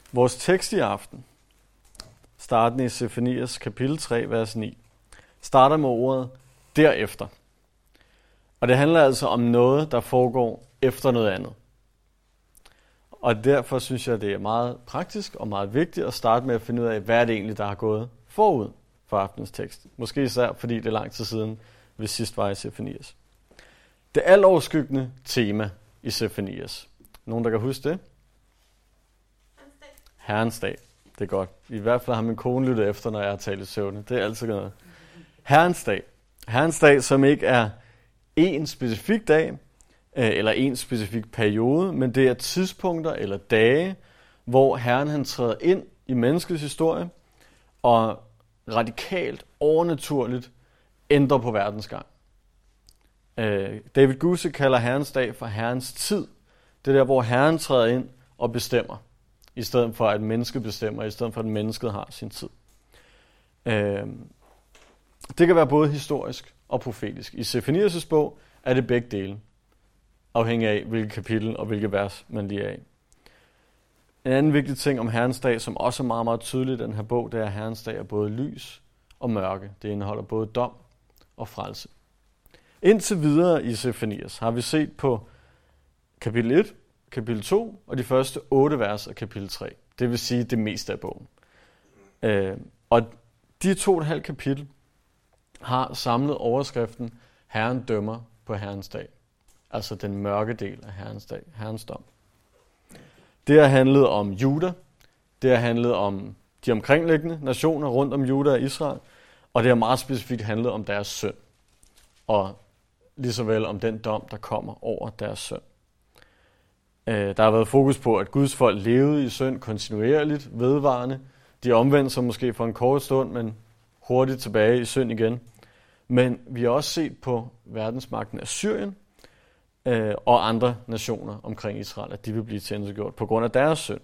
Vores tekst i aften, startende i Sefanias kapitel 3, vers 9, starter med ordet derefter. Og det handler altså om noget, der foregår efter noget andet. Og derfor synes jeg, det er meget praktisk og meget vigtigt at starte med at finde ud af, hvad er det egentlig, der har gået forud for aftenens tekst. Måske især, fordi det er lang tid siden, vi sidst var i Sefanias. Det altoverskyggende tema i Sefanias. Nogen, der kan huske det? Herrens dag. Det er godt. I hvert fald har min kone lyttet efter, når jeg har talt i søvne. Det er altid noget. Herrens dag. Herrens dag, som ikke er en specifik dag, eller en specifik periode, men det er tidspunkter eller dage, hvor Herren han træder ind i menneskets historie og radikalt, overnaturligt ændrer på verdens gang. David Gusse kalder Herrens dag for Herrens tid. Det er der, hvor Herren træder ind og bestemmer, i stedet for at mennesket bestemmer, i stedet for at mennesket har sin tid. Det kan være både historisk og profetisk. I Sefanias' bog er det begge dele, afhængig af hvilket kapitel og hvilket vers man lige er i. En anden vigtig ting om Herrens dag, som også er meget, meget tydeligt i den her bog, det er, at Herrens dag er både lys og mørke. Det indeholder både dom og frelse. Indtil videre i Sefanias har vi set på kapitel 1, kapitel 2 og de første 8 vers af kapitel 3. Det vil sige det meste af bogen. Og de 2,5 kapitel har samlet overskriften Herren dømmer på Herrens dag. Altså den mørke del af Herrens dag, Herrens dom. Det har handlet om Juda, det har handlet om de omkringliggende nationer rundt om Juda og Israel, og det har meget specifikt handlet om deres synd, og lige så vel om den dom, der kommer over deres synd. Der har været fokus på, at Guds folk levede i synd kontinuerligt, vedvarende. De omvendte sig måske for en kort stund, men hurtigt tilbage i synd igen. Men vi har også set på verdensmagten af Syrien og andre nationer omkring Israel, at de vil blive tilintetgjort på grund af deres synd.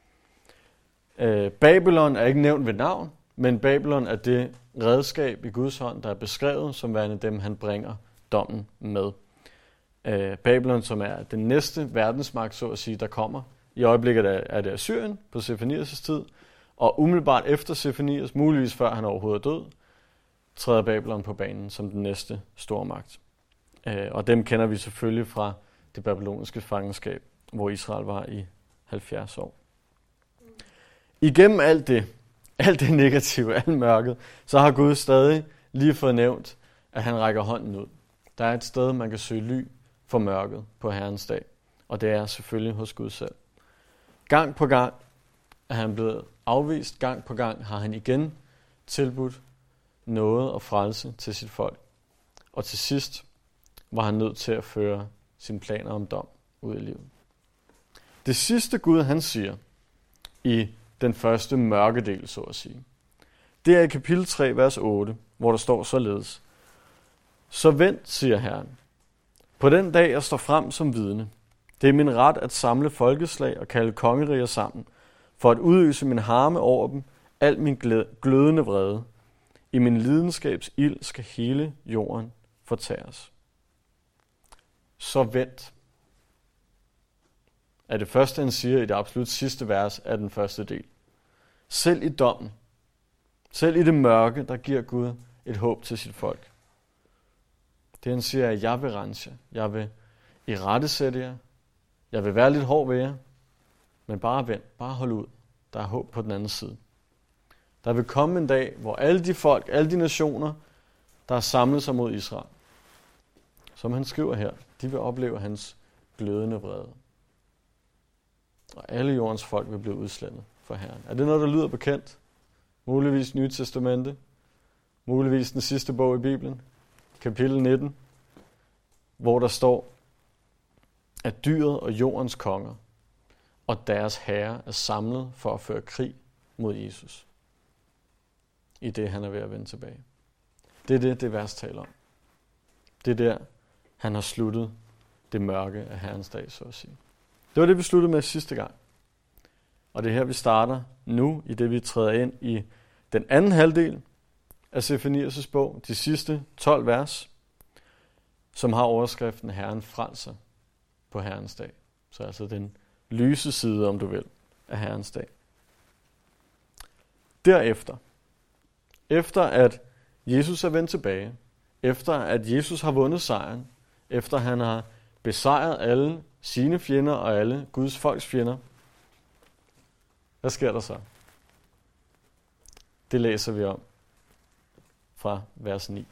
Babylon er ikke nævnt ved navn, men Babylon er det redskab i Guds hånd, der er beskrevet som værende dem, han bringer dommen med. Babylon, som er den næste verdensmagt, så at sige, der kommer. I øjeblikket er det Assyrien på Sefanias' tid, og umiddelbart efter Sefanias, muligvis før han overhovedet er død, træder Babylon på banen som den næste store magt. Og dem kender vi selvfølgelig fra det babyloniske fangenskab, hvor Israel var i 70 år. Igennem alt det negative, alt mørket, så har Gud stadig lige fået nævnt, at han rækker hånden ud. Der er et sted, man kan søge ly for mørket på Herrens dag, og det er selvfølgelig hos Gud selv. Gang på gang er han blevet afvist, gang på gang har han igen tilbudt noget og frelse til sit folk. Og til sidst var han nødt til at føre sine planer om dom ud i livet. Det sidste Gud, han siger i den første mørke del, så at sige, det er i kapitel 3, vers 8, hvor der står således: Så vent, siger Herren, på den dag, jeg står frem som vidne. Det er min ret at samle folkeslag og kalde kongeriger sammen, for at udøse min harme over dem, al min glødende vrede. I min lidenskabs ild skal hele jorden fortæres. Så vent, er det første, han siger i det absolut sidste vers af den første del. Selv i dommen, selv i det mørke, der giver Gud et håb til sit folk. Det han siger er, at jeg vil rense jer, jeg vil irettesætte jer, jeg vil være lidt hård ved jer, men bare vent, bare hold ud. Der er håb på den anden side. Der vil komme en dag, hvor alle de folk, alle de nationer, der har samlet sig mod Israel, som han skriver her, de vil opleve hans glødende vrede. Og alle jordens folk vil blive udslettet for Herren. Er det noget, der lyder bekendt? Muligvis Nye Testamente? Muligvis den sidste bog i Bibelen? Kapitel 19, hvor der står, at dyret og jordens konger og deres herre er samlet for at føre krig mod Jesus, i det han er ved at vende tilbage. Det er det vers taler om. Det er der, han har sluttet det mørke af Herrens dag, så at sige. Det var det, vi sluttede med sidste gang. Og det er her, vi starter nu, i det vi træder ind i den anden halvdel af Sefanias' bog, de sidste 12 vers, som har overskriften Herren frelser på Herrens dag. Så altså den lyse side, om du vil, af Herrens dag. derefter, efter at Jesus er vendt tilbage, efter at Jesus har vundet sejren, efter han har besejret alle sine fjender og alle Guds folks fjender, hvad sker der så? Det læser vi om fra vers 9.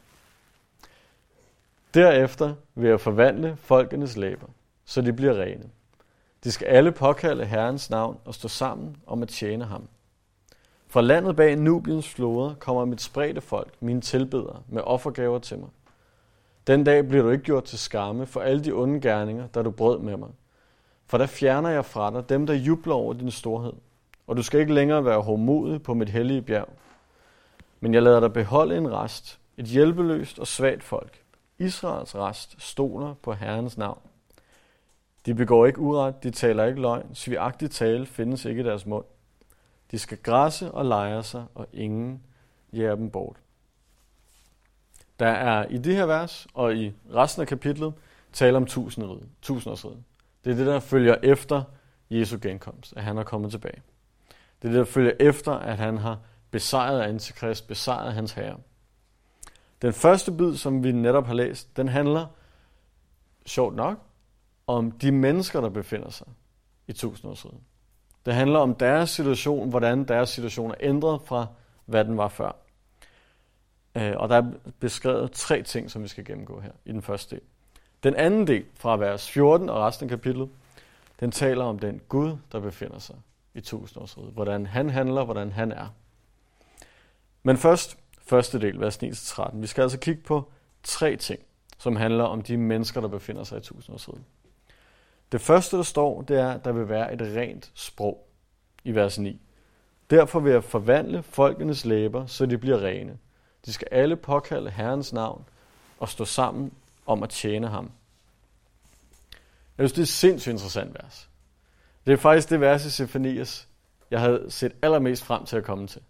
Derefter vil jeg forvandle folkenes læber, så de bliver rene. De skal alle påkalde Herrens navn og stå sammen om at tjene ham. Fra landet bag Nubiens floder kommer mit spredte folk, mine tilbedere, med offergaver til mig. Den dag bliver du ikke gjort til skamme for alle de onde gerninger, der du brød med mig. For der fjerner jeg fra dig dem, der jubler over din storhed. Og du skal ikke længere være hovmodig på mit hellige bjerg. Men jeg lader dig beholde en rest, et hjælpeløst og svagt folk. Israels rest stoler på Herrens navn. De begår ikke uret, de taler ikke løgn, svigagtig tale findes ikke i deres mund. De skal græsse og lejre sig, og ingen jager dem bort. Der er i det her vers og i resten af kapitlet tale om tusindårsriget. Det er det, der følger efter Jesu genkomst, at han er kommet tilbage. Det er det, der følger efter, at han har besejret Antikrist, besejret hans herre. Den første bid, som vi netop har læst, den handler, sjovt nok, om de mennesker, der befinder sig i tusindårsriget. Det handler om deres situation, hvordan deres situation er ændret fra, hvad den var før. Og der er beskrevet 3 ting, som vi skal gennemgå her i den første del. Den anden del, fra vers 14 og resten af kapitlet, den taler om den Gud, der befinder sig i tusindårsriget. Hvordan han handler, hvordan han er. Men først, første del, vers 9-13. Vi skal altså kigge på 3 ting, som handler om de mennesker, der befinder sig i tusindårsriget. Det første, der står, det er, at der vil være et rent sprog i vers 9. Derfor vil jeg forvandle folkenes læber, så de bliver rene. De skal alle påkalde Herrens navn og stå sammen om at tjene ham. Jeg synes, det er et sindssygt interessant vers. Det er faktisk det vers i Sefanias, jeg havde set allermest frem til at komme til.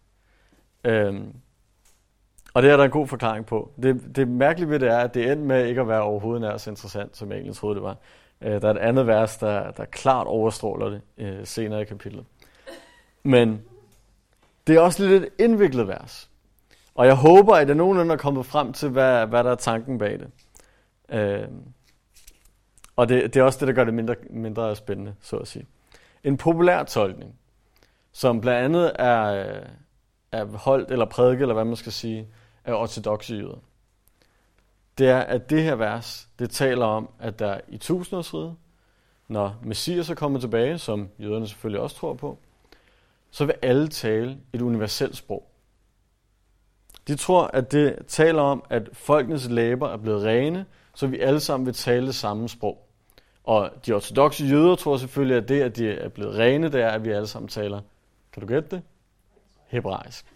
Og det er der en god forklaring på. Det mærkelige ved det er, at det endte med ikke at være overhovedet nær så interessant, som jeg egentlig troede, det var. Der er et andet vers, der klart overstråler det senere i kapitlet. Men det er også lidt et indviklet vers. Og jeg håber, at jeg nogenlunde er kommet frem til, hvad der er tanken bag det. Og det er også det, der gør det mindre spændende, så at sige. En populær tolkning, som blandt andet er holdt eller prædiket, eller hvad man skal sige, af ortodokse jøder. Det er, at det her vers, det taler om, at der i tusindårsriget, når Messias er kommet tilbage, som jøderne selvfølgelig også tror på, så vil alle tale et universelt sprog. De tror, at det taler om, at folkenes læber er blevet rene, så vi alle sammen vil tale det samme sprog. Og de ortodokse jøder tror selvfølgelig, at det, at de er blevet rene, det er, at vi alle sammen taler, kan du gætte det? Hebraisk.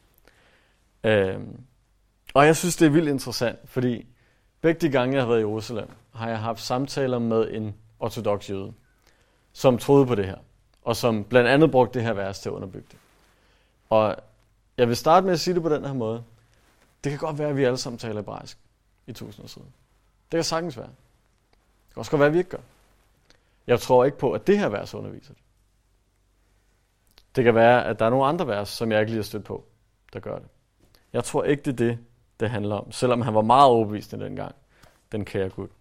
Og jeg synes, det er vildt interessant, fordi begge de gange, jeg har været i Jerusalem, har jeg haft samtaler med en ortodoks jøde, som troede på det her, og som blandt andet brugte det her vers til at underbygge det. Og jeg vil starte med at sige det på den her måde. Det kan godt være, at vi alle sammen taler hebraisk i tusindårsriget. Det kan sagtens være. Det kan også godt være, at vi ikke gør. Jeg tror ikke på, at det her vers underviser det. Det kan være, at der er nogle andre vers, som jeg ikke lige har stødt på, der gør det. Jeg tror ikke, det er det handler om, selvom han var meget overbevisende dengang, den kære Gud.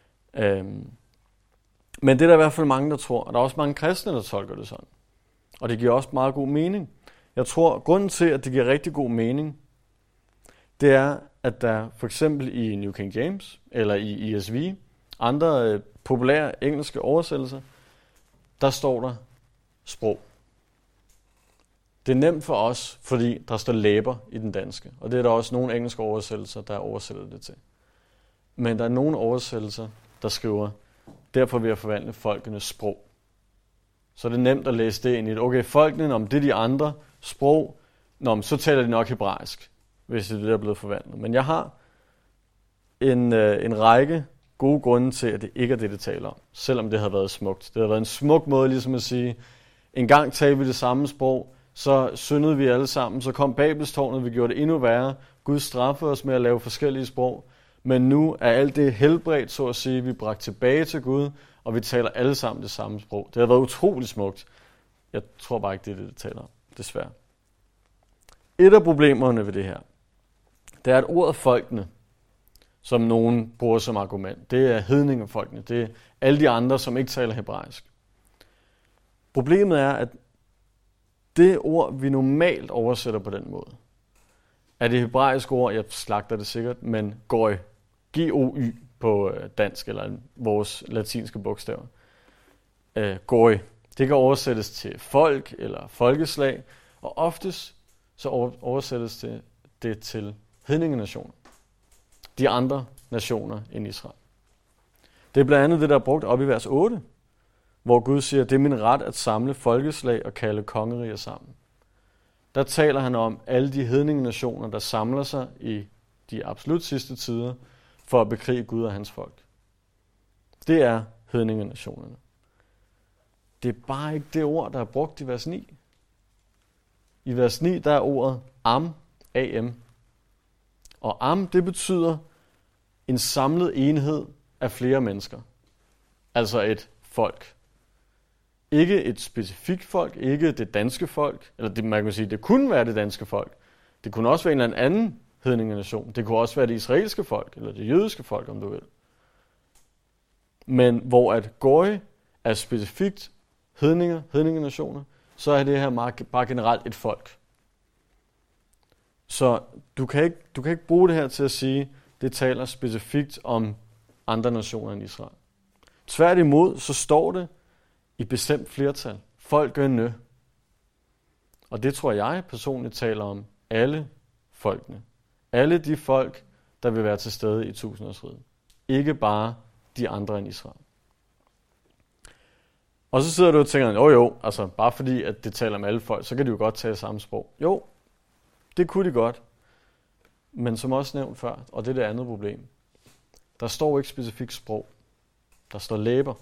Men det er der i hvert fald mange, der tror, og der er også mange kristne, der tolker det sådan. Og det giver også meget god mening. Jeg tror, grunden til, at det giver rigtig god mening, det er, at der for eksempel i New King James, eller i ESV, andre populære engelske oversættelser, der står der sprog. Det er nemt for os, fordi der står læber i den danske, og det er der også nogle engelske oversættelser, der oversætter det til. Men der er nogle oversættelser, der skriver, derfor vil jeg forvandle folkenes sprog. Så det er nemt at læse det ind i et, okay, folkene, om det er de andre sprog, så taler de nok hebraisk, hvis det er det, der er blevet forvandlet. Men jeg har en række gode grunde til, at det ikke er det taler om, selvom det havde været smukt. Det havde været en smuk måde ligesom at sige, en gang talte vi det samme sprog, så syndede vi alle sammen, så kom Babelstårnet, vi gjorde det endnu værre. Gud straffede os med at lave forskellige sprog, men nu er alt det helbredt, så at sige, vi bragt tilbage til Gud, og vi taler alle sammen det samme sprog. Det har været utroligt smukt. Jeg tror bare ikke, det er det taler om, desværre. Et af problemerne ved det her, det er, at ordet folkene, som nogen bruger som argument, det er hedningefolkene, det er alle de andre, som ikke taler hebraisk. Problemet er, at det ord, vi normalt oversætter på den måde, er det hebraiske ord, jeg slagter det sikkert, men goy, G-O-Y på dansk, eller vores latinske bogstaver. Goy, det kan oversættes til folk eller folkeslag, og oftest så oversættes det til hedningenationer. De andre nationer end Israel. Det er blandt andet det, der er brugt op i vers 8, hvor Gud siger, det er min ret at samle folkeslag og kalde kongeriger sammen. Der taler han om alle de hedningenationer, der samler sig i de absolut sidste tider for at bekrige Gud og hans folk. Det er hedningenationerne. Det er bare ikke det ord, der er brugt i vers 9. I vers 9, der er ordet am, A-M. Og am, det betyder en samlet enhed af flere mennesker. Altså et folk. Ikke et specifikt folk, ikke det danske folk, eller det, man kan sige, det kunne være det danske folk. Det kunne også være en eller anden hedningenation. Det kunne også være det israelske folk, eller det jødiske folk, om du vil. Men hvor at goy er specifikt hedningenationer, så er det her bare generelt et folk. Så du kan ikke bruge det her til at sige, det taler specifikt om andre nationer end Israel. Tværtimod, så står det i bestemt flertal. Folkene. Og det tror jeg personligt taler om alle folkene. Alle de folk, der vil være til stede i tusindårsriget. Ikke bare de andre end Israel. Og så sidder du og tænker, jo, altså bare fordi at det taler om alle folk, så kan de jo godt tale samme sprog. Jo, det kunne de godt. Men som også nævnt før, og det er det andet problem, der står ikke specifikt sprog. Der står læber.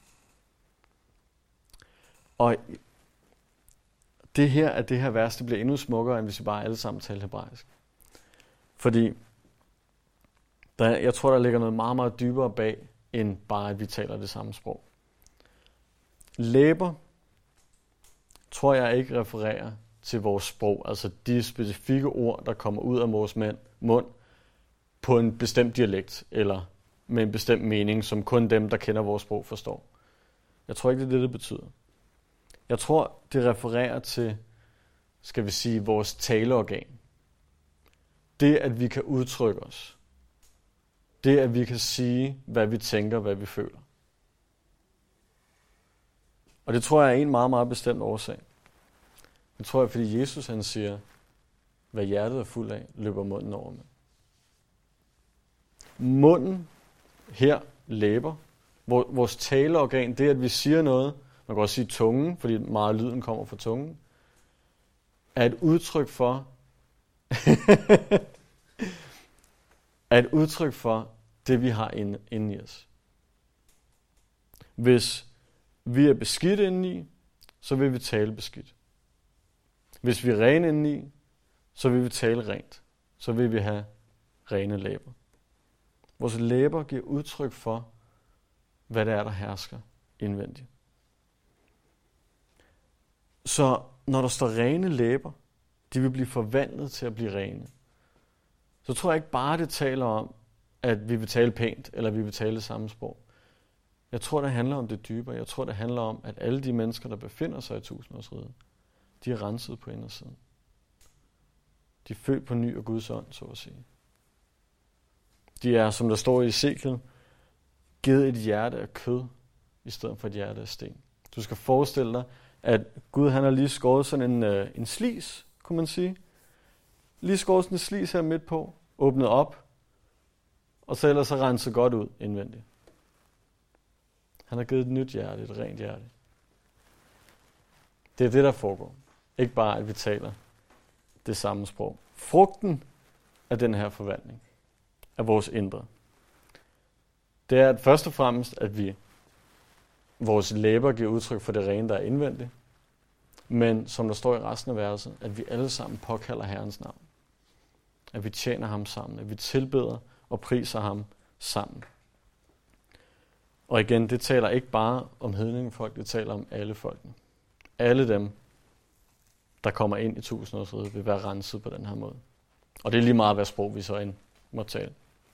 Og det her vers, det bliver endnu smukkere, end hvis vi bare alle sammen taler hebraisk. Fordi jeg tror, der ligger noget meget, meget dybere bag, end bare at vi taler det samme sprog. Læber tror jeg ikke refererer til vores sprog, altså de specifikke ord, der kommer ud af vores mund på en bestemt dialekt, eller med en bestemt mening, som kun dem, der kender vores sprog, forstår. Jeg tror ikke, det er det betyder. Jeg tror, det refererer til, skal vi sige, vores taleorgan. Det, at vi kan udtrykke os. Det, at vi kan sige, hvad vi tænker, hvad vi føler. Og det tror jeg er en meget, meget bestemt årsag. Det tror jeg, fordi Jesus han siger, hvad hjertet er fuld af, løber munden over med. Munden her, læber, vores taleorgan, det at vi siger noget, man kan også sige tungen, fordi meget af lyden kommer fra tungen, er et udtryk for, det, vi har inde i os. Hvis vi er beskidt indeni, så vil vi tale beskidt. Hvis vi er rene indeni, så vil vi tale rent. Så vil vi have rene læber. Vores læber giver udtryk for, hvad det er, der hersker indvendigt. Så når der står rene læber, de vil blive forvandlet til at blive rene. Så tror jeg ikke bare, det taler om, at vi vil tale pænt, eller vi vil tale det samme sprog. Jeg tror, det handler om det dybere. Jeg tror, det handler om, at alle de mennesker, der befinder sig i tusindårsriget, de er renset på indersiden. De er født på ny af Guds ånd, så at sige. De er, som der står i Ezekiel, givet et hjerte af kød, i stedet for et hjerte af sten. Du skal forestille dig, at Gud han har lige skåret sådan en slis, kunne man sige. Lige skåret sådan en slis her midt på, åbnet op, og så ellers så renset godt ud indvendigt. Han har givet et nyt hjerte, et rent hjerte. Det er det, der foregår. Ikke bare, at vi taler det samme sprog. Frugten af den her forvandling, af vores indre, det er at først og fremmest, at vores læber giver udtryk for det rene, der er indvendigt, men som der står i resten af verset, at vi alle sammen påkalder Herrens navn. At vi tjener ham sammen, at vi tilbeder og priser ham sammen. Og igen, det taler ikke bare om hedningefolk, det taler om alle folkene. Alle dem, der kommer ind i tusindårsriget, vil være renset på den her måde. Og det er lige meget, hvad sprog vi så end må tale.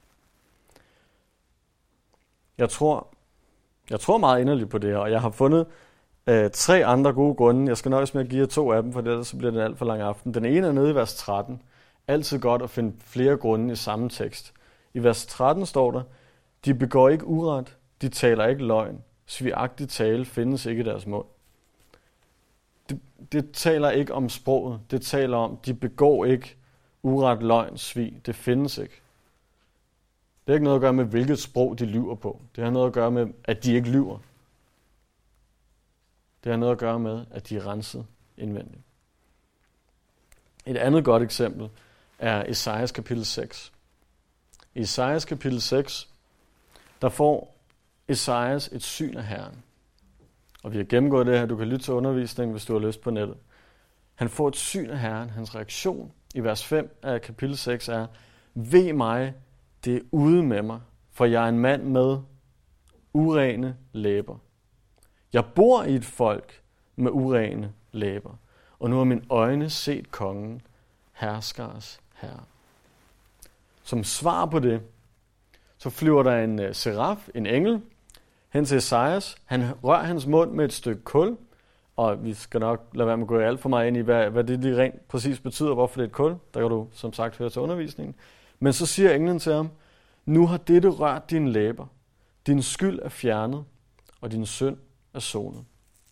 Jeg tror meget inderligt på det her, og jeg har fundet 3 andre gode grunde. Jeg skal nøjes med at give jer 2 af dem, for ellers så bliver det en alt for lang aften. Den ene er nede i vers 13. Altid godt at finde flere grunde i samme tekst. I vers 13 står der, de begår ikke uret, de taler ikke løgn. Svigagtig tale findes ikke i deres mund. Det taler ikke om sproget. Det taler om, de begår ikke uret, løgn, svig. Det findes ikke. Det har ikke noget at gøre med, hvilket sprog de lyver på. Det har noget at gøre med, at de ikke lyver. Det har noget at gøre med, at de er renset indvendigt. Et andet godt eksempel er Esajas kapitel 6. I Esajas kapitel 6, der får Esajas et syn af Herren. Og vi har gennemgået det her. Du kan lytte til undervisningen, hvis du har lyst på nettet. Han får et syn af Herren. Hans reaktion i vers 5 af kapitel 6 er, ved mig, det er ude med mig, for jeg er en mand med urene læber. Jeg bor i et folk med urene læber, og nu har mine øjne set kongen, herskers herre. Som svar på det, så flyver der en seraf, en engel, hen til Esajas. Han rører hans mund med et stykke kul, og vi skal nok lade være med at gå alt for meget ind i, hvad det lige rent præcis betyder, hvorfor det er et kul. Der kan du som sagt høre til undervisningen. Men så siger englen til ham, nu har dette rørt dine læber. Din skyld er fjernet, og din synd er sonet.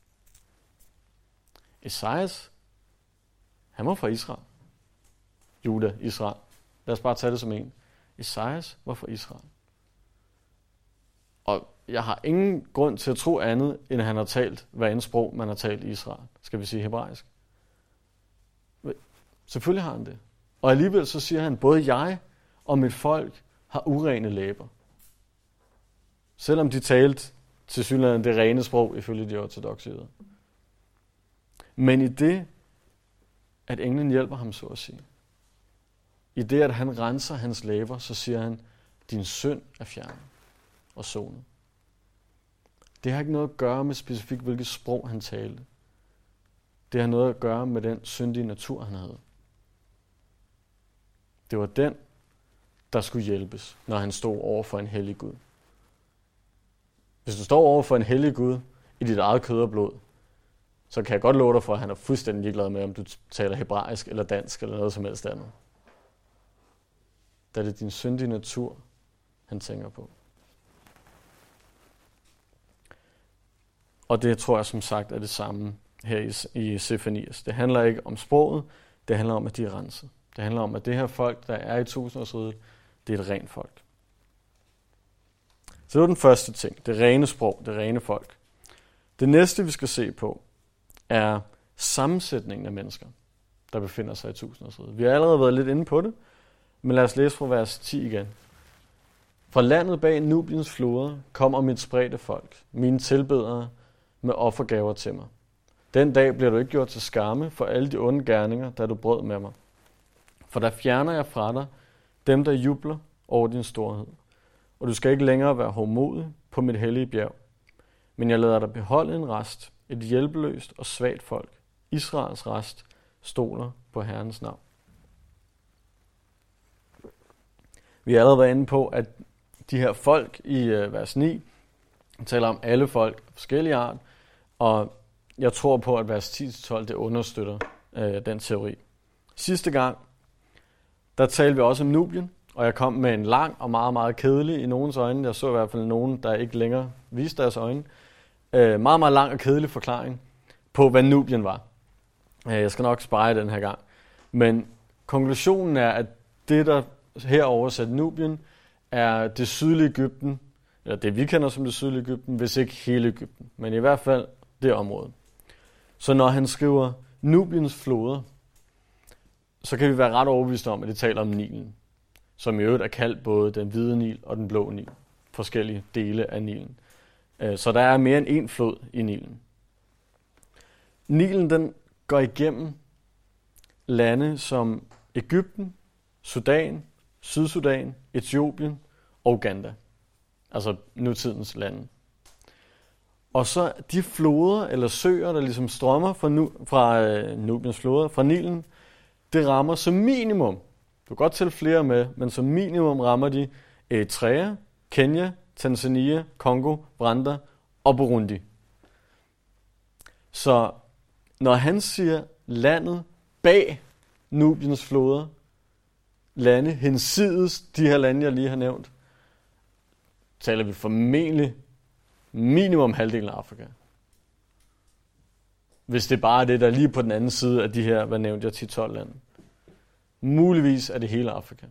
Esajas, han var fra Israel. Juda, Israel. Lad os bare tage det som en. Esajas var fra Israel. Og jeg har ingen grund til at tro andet, end at han har talt, hvad end sprog man har talt i Israel. Skal vi sige hebraisk? Selvfølgelig har han det. Og alligevel så siger han, både jeg og mit folk har urene læber. Selvom de talte til synligheden det rene sprog, ifølge de ortodokse jøder. Men i det, at englen hjælper ham, så at sige. I det, at han renser hans læber, så siger han, din synd er fjernet og sonet. Det har ikke noget at gøre med specifikt, hvilket sprog han talte. Det har noget at gøre med den syndige natur, han havde. Det var den, der skulle hjælpes, når han stod over for en hellig Gud. Hvis du står over for en hellig Gud i dit eget kød og blod, så kan jeg godt love dig for, at han er fuldstændig ligeglad med, om du taler hebraisk eller dansk eller noget som helst andet. Da det er din syndige natur, han tænker på. Og det tror jeg som sagt er det samme her i Sefanias. Det handler ikke om sproget, det handler om, at de er renset. Det handler om, at det her folk, der er i tusindårsriget, det er et rent folk. Så det var den første ting, det rene sprog, det rene folk. Det næste, vi skal se på, er sammensætningen af mennesker, der befinder sig i tusindårsriget. Vi har allerede været lidt inde på det, men lad os læse fra vers 10 igen. Fra landet bag Nubiens floder kommer mit spredte folk, mine tilbedere med offergaver til mig. Den dag bliver du ikke gjort til skamme for alle de onde gerninger, der du brød med mig. For der fjerner jeg fra dig dem, der jubler over din storhed. Og du skal ikke længere være hovmodig på mit hellige bjerg. Men jeg lader dig beholde en rest, et hjælpeløst og svagt folk. Israels rest stoler på Herrens navn. Vi har allerede været inde på, at de her folk i vers 9 taler om alle folk af forskellige art, og jeg tror på, at vers 10-12 det understøtter den teori. Sidste gang, der talte vi også om Nubien, og jeg kom med en lang og meget, meget kedelig i nogens øjne. Jeg så i hvert fald nogen, der ikke længere viste deres øjne. Meget, meget lang og kedelig forklaring på, hvad Nubien var. Jeg skal nok spare den her gang. Men konklusionen er, at det, der her oversat Nubien, er det sydlige Egypten, eller det vi kender som det sydlige Egypten, hvis ikke hele Egypten, men i hvert fald det område. Så når han skriver Nubiens floder, så kan vi være ret overbeviste om, at det taler om Nilen, som i øvrigt er kaldt både den hvide Nil og den blå Nil, forskellige dele af Nilen. Så der er mere end én flod i Nilen. Nilen den går igennem lande som Egypten, Sudan, Sydsudan, Etiopien og Uganda. Altså nutidens lande. Og så de floder eller søer, der ligesom strømmer fra Nubiens floder, fra Nilen, det rammer som minimum, du kan godt tælle flere med, men som minimum rammer de Eritrea, Kenya, Tanzania, Kongo, Rwanda og Burundi. Så når han siger landet bag Nubiens floder, lande hensides de her lande, jeg lige har nævnt, taler vi formentlig minimum halvdelen af Afrika. Hvis det bare er det, der er lige på den anden side af de her, hvad nævnte jeg, 10-12 lande. Muligvis er det hele Afrika.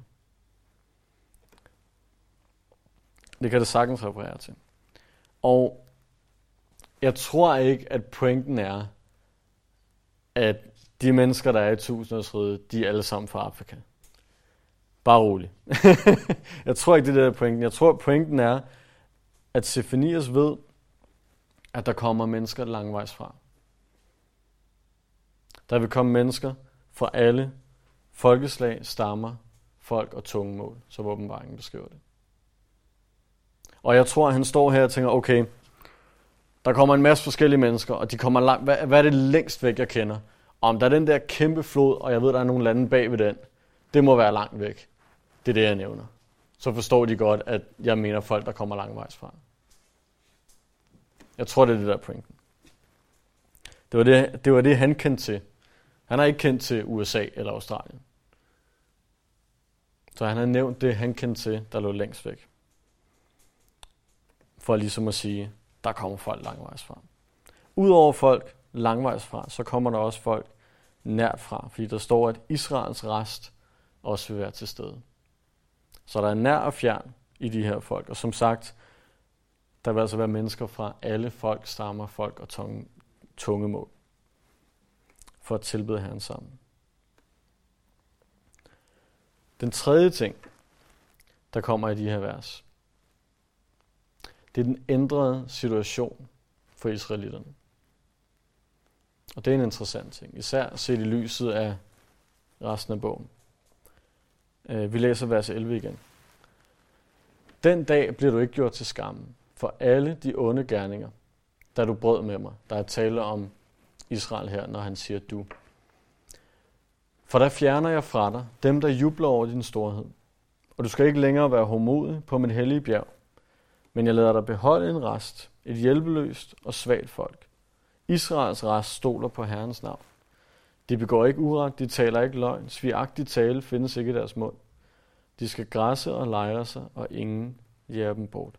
Det kan det sagtens referere til. Og jeg tror ikke, at pointen er, at de mennesker, der er i tusindårsriget, de er alle sammen fra Afrika. Bare rolig. Jeg tror ikke, det er pointen. Jeg tror, pointen er, at Sefanias ved, at der kommer mennesker langvejs fra. Der vil komme mennesker fra alle folkeslag, stammer, folk og tungemål, som åbenbaringen beskriver det. Og jeg tror, at han står her og tænker, okay, der kommer en masse forskellige mennesker, og de kommer langt. Hvad er det længst væk, jeg kender? Om der er den der kæmpe flod, og jeg ved, der er nogle lande bag ved den, det må være langt væk. Det er det, jeg nævner. Så forstår de godt, at jeg mener folk, der kommer langvejs fra. Jeg tror, det er det der pointen. Det var det, han kendte til. Han har ikke kendt til USA eller Australien. Så han har nævnt det, han kendte til, der lå længst væk. For ligesom at sige, der kommer folk langvejs fra. Udover folk langvejs fra, så kommer der også folk nært fra. Fordi der står, at Israels rest også vil være til stede. Så der er nær og fjern i de her folk. Og som sagt, der vil altså være mennesker fra alle folk, stammer, folk og tungemål. For at tilbede Herren sammen. Den tredje ting, der kommer i de her vers, det er den ændrede situation for israelitterne. Og det er en interessant ting, især set i lyset af resten af bogen. Vi læser vers 11 igen. Den dag bliver du ikke gjort til skamme for alle de onde gerninger, da du brød med mig. Der er tale om Israel her, når han siger du. For der fjerner jeg fra dig dem, der jubler over din storhed. Og du skal ikke længere være hårdmodig på min hellige bjerg. Men jeg lader dig beholde en rest, et hjælpeløst og svagt folk. Israels rest stoler på Herrens navn. De begår ikke uret, de taler ikke løgn, svigagtig tale findes ikke i deres mund. De skal græsse og lejre sig, og ingen jæger dem bort.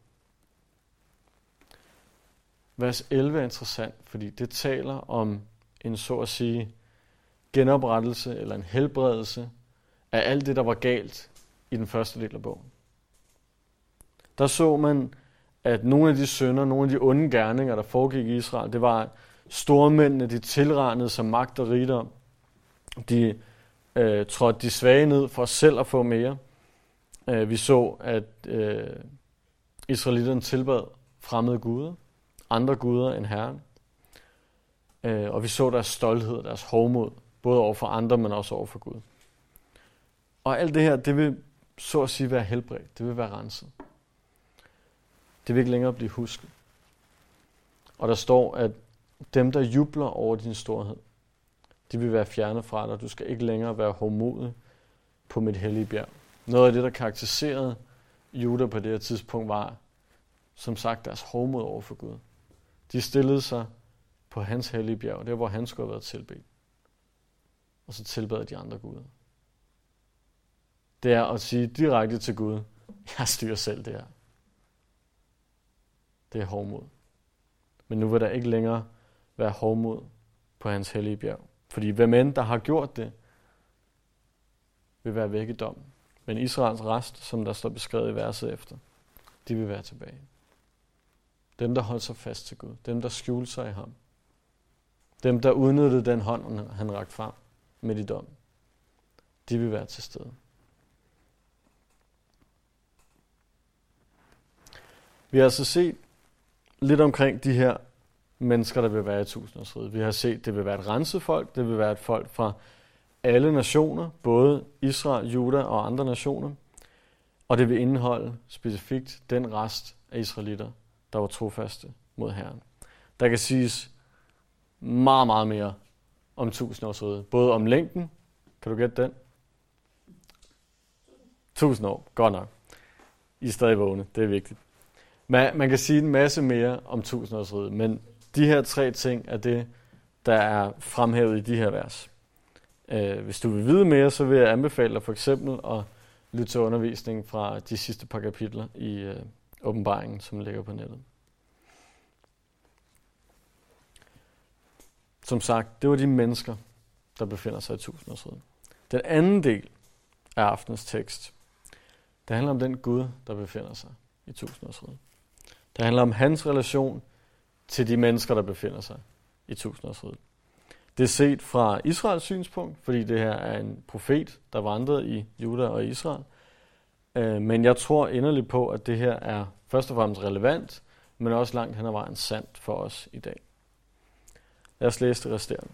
Vers 11 er interessant, fordi det taler om en så at sige genoprettelse eller en helbredelse af alt det, der var galt i den første del af bogen. Der så man, at nogle af de synder, nogle af de onde gerninger, der foregik i Israel, det var stormændene, de tilranede sig magt og rigdom. De trådte de svage ned for selv at få mere. Vi så, at israelitterne tilbad fremmede guder, andre guder end Herren. Og vi så deres stolthed, deres hovmod, både over for andre, men også over for Gud. Og alt det her, det vil så at sige være helbredt, det vil være renset. Det vil ikke længere blive husket. Og der står, at dem, der jubler over din storhed, de vil være fjernet fra dig. Du skal ikke længere være hovmodig på mit hellige bjerg. Noget af det, der karakteriserede Juda på det her tidspunkt, var, som sagt, deres hovmod over for Gud. De stillede sig på hans hellige bjerg, der hvor han skulle have været tilbedt. Og så tilbad de andre guder. Det er at sige direkte til Gud, jeg styrer selv det her. Det er hovmod. Men nu vil der ikke længere være hovmod på hans hellige bjerg. Fordi hvem end, der har gjort det, vil være væk i dommen. Men Israels rest, som der står beskrevet i verset efter, de vil være tilbage. Dem, der holdt sig fast til Gud. Dem, der skjulte sig i ham. Dem, der udnyttede den hånd, han rakte frem midt i dommen. De vil være til stede. Vi har altså set lidt omkring de her mennesker, der vil være i tusindårsriget. Vi har set, det vil være et renset folk. Det vil være et folk fra alle nationer, både Israel, Juda og andre nationer. Og det vil indeholde specifikt den rest af israelitter, der var trofaste mod Herren. Der kan siges meget, meget mere om 1000-årsriget. Både om længden, kan du gætte den? 1000 år, godt nok. I er stadig vågne, det er vigtigt. Man kan sige en masse mere om 1000-årsriget, men de her 3 ting er det, der er fremhævet i de her vers. Hvis du vil vide mere, så vil jeg anbefale dig for eksempel at lytte til undervisningen fra de sidste par kapitler i åbenbaringen, som ligger på nettet. Som sagt, det var de mennesker, der befinder sig i 1000-årsriget. Den anden del af aftenens tekst, det handler om den Gud, der befinder sig i 1000-årsriget. Det handler om hans relation til de mennesker, der befinder sig i 1000-årsriget. Det er set fra Israels synspunkt, fordi det her er en profet, der vandrede i Juda og Israel. Men jeg tror inderligt på, at det her er først og fremmest relevant, men også langt hen ad vejen sandt for os i dag. Lad os læse det resterende.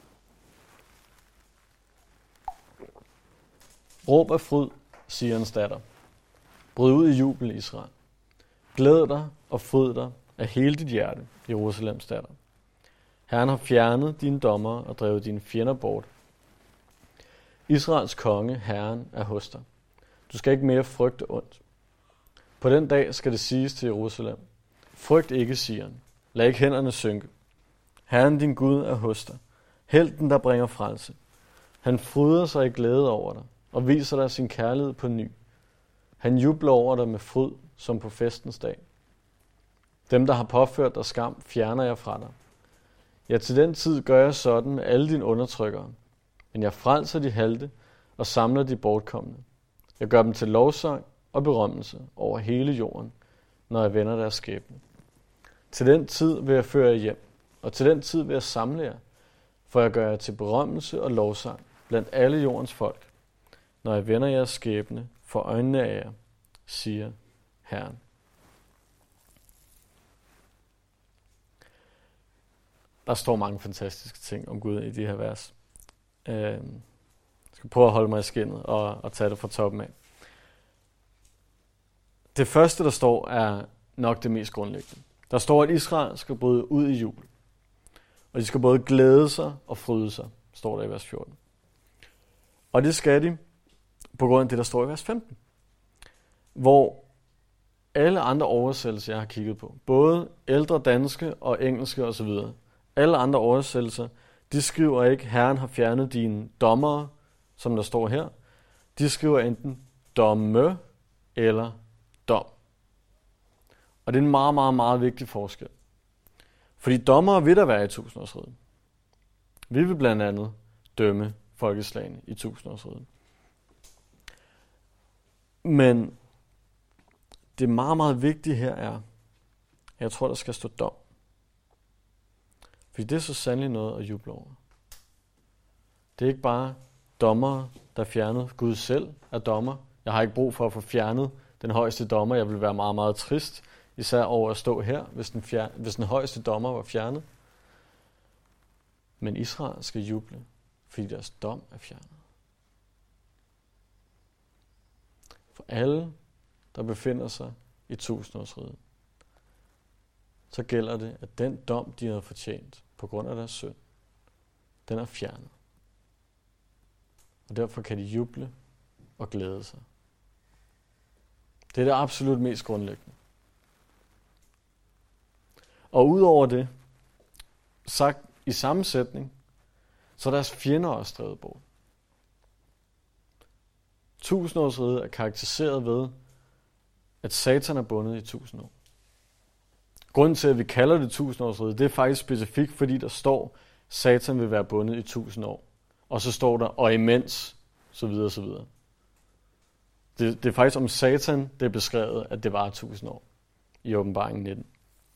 Råb af fryd, Sions datter. Bryd ud i jubel, Israel. Glæd dig og fryd dig af hele dit hjerte, Jerusalems datter. Herren har fjernet dine dommer og drevet dine fjender bort. Israels konge, Herren, er hos dig. Du skal ikke mere frygte ondt. På den dag skal det siges til Jerusalem: frygt ikke, Sion. Lad ikke hænderne synke. Herren din Gud er hos dig. Helten, der bringer frelse. Han fryder sig i glæde over dig og viser dig sin kærlighed på ny. Han jubler over dig med fryd, som på festens dag. Dem, der har påført dig skam, fjerner jeg fra dig. Ja, til den tid gør jeg sådan med alle dine undertrykkere. Men jeg frelser de halte og samler de bortkomne. Jeg gør dem til lovsang og berømmelse over hele jorden, når jeg vender deres skæbne. Til den tid vil jeg føre jer hjem, og til den tid vil jeg samle jer, for jeg gør jer til berømmelse og lovsang blandt alle jordens folk, når jeg vender jeres skæbne for øjnene af jer, siger Herren. Der står mange fantastiske ting om Gud i de her vers. Jeg skal prøve at holde mig i skindet og tage det fra toppen af. Det første, der står, er nok det mest grundlæggende. Der står, at Israel skal bryde ud i jubel. Og de skal både glæde sig og fryde sig, står der i vers 14. Og det skal de på grund af det, der står i vers 15. Hvor alle andre oversættelser, jeg har kigget på, både ældre danske og engelske osv., alle andre oversættelser, de skriver ikke, Herren har fjernet dine dommere, som der står her. De skriver enten domme eller dom. Og det er en meget, meget, meget vigtig forskel. Fordi dommere vil der være i 1000-årsriget. Vi vil blandt andet dømme folkeslagene i 1000-årsriget. Men det meget, meget vigtige her er, at jeg tror, der skal stå dom. Fordi det er så sandelig noget at juble over. Det er ikke bare dommere, der fjernede. Gud selv er dommer. Jeg har ikke brug for at få fjernet den højeste dommer. Jeg vil være meget, meget trist, især over at stå her, hvis den højeste dommer var fjernet. Men Israel skal juble, fordi deres dom er fjernet. For alle, der befinder sig i 1000-årsriget, så gælder det, at den dom, de havde fortjent på grund af deres synd, den er fjernet. Og derfor kan de juble og glæde sig. Det er det absolut mest grundlæggende. Og udover det, sagt i samme sætning, så er deres fjender også drevet bort. 1000-årsriget er karakteriseret ved, at Satan er bundet i 1000 år. Grunden til, at vi kalder det 1000-årsriget, det er faktisk specifikt, fordi der står, Satan vil være bundet i 1000 år. Og så står der, og imens, så videre, så videre. Det er faktisk om Satan, det er beskrevet, at det var 1000 år i åbenbaringen 19.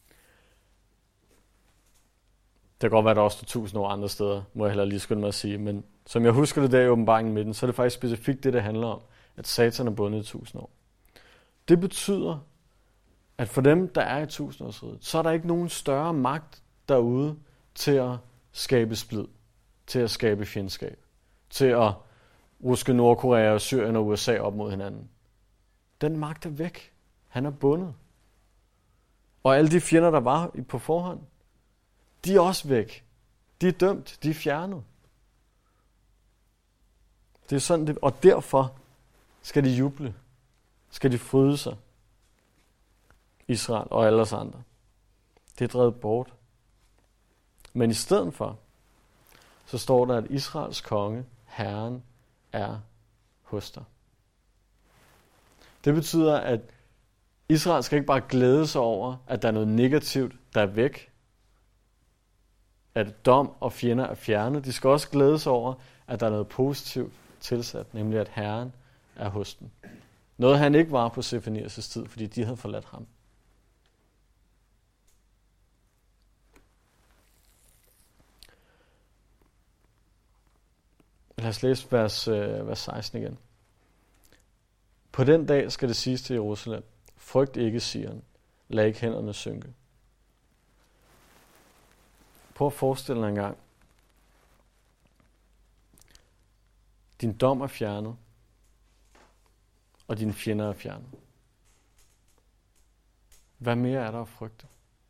Det kan godt være, at der også står 1000 år andre steder, må jeg heller lige skynde mig at sige. Men som jeg husker det der i åbenbaringen 19, så er det faktisk specifikt det handler om, at Satan er bundet i 1000 år. Det betyder, at for dem, der er i 1000-årsriget, så er der ikke nogen større magt derude til at skabe splid, til at skabe fjendskab, til at ruske Nordkorea, Syrien og USA op mod hinanden. Den magt er væk. Han er bundet. Og alle de fjender, der var på forhånd, de er også væk. De er dømt, de er fjernet. Det er sådan det, og derfor skal de juble. Skal de fryde sig. Israel og alle os andre. Det er drevet bort. Men i stedet for, så står der, at Israels konge, Herren, er hos dig. Det betyder, at Israel skal ikke bare glæde sig over, at der er noget negativt, der er væk. At dom og fjender er fjernet. De skal også glæde sig over, at der er noget positivt tilsat, nemlig at Herren er hos dem. Noget han ikke var på Sefanias' tid, fordi de havde forladt ham. Lad os læse vers 16 igen. På den dag skal det siges til Jerusalem, frygt ikke Sion, lad ikke hænderne synke. Prøv at forestille dig en gang. Din dom er fjernet, og dine fjender er fjernet. Hvad mere er der at frygte?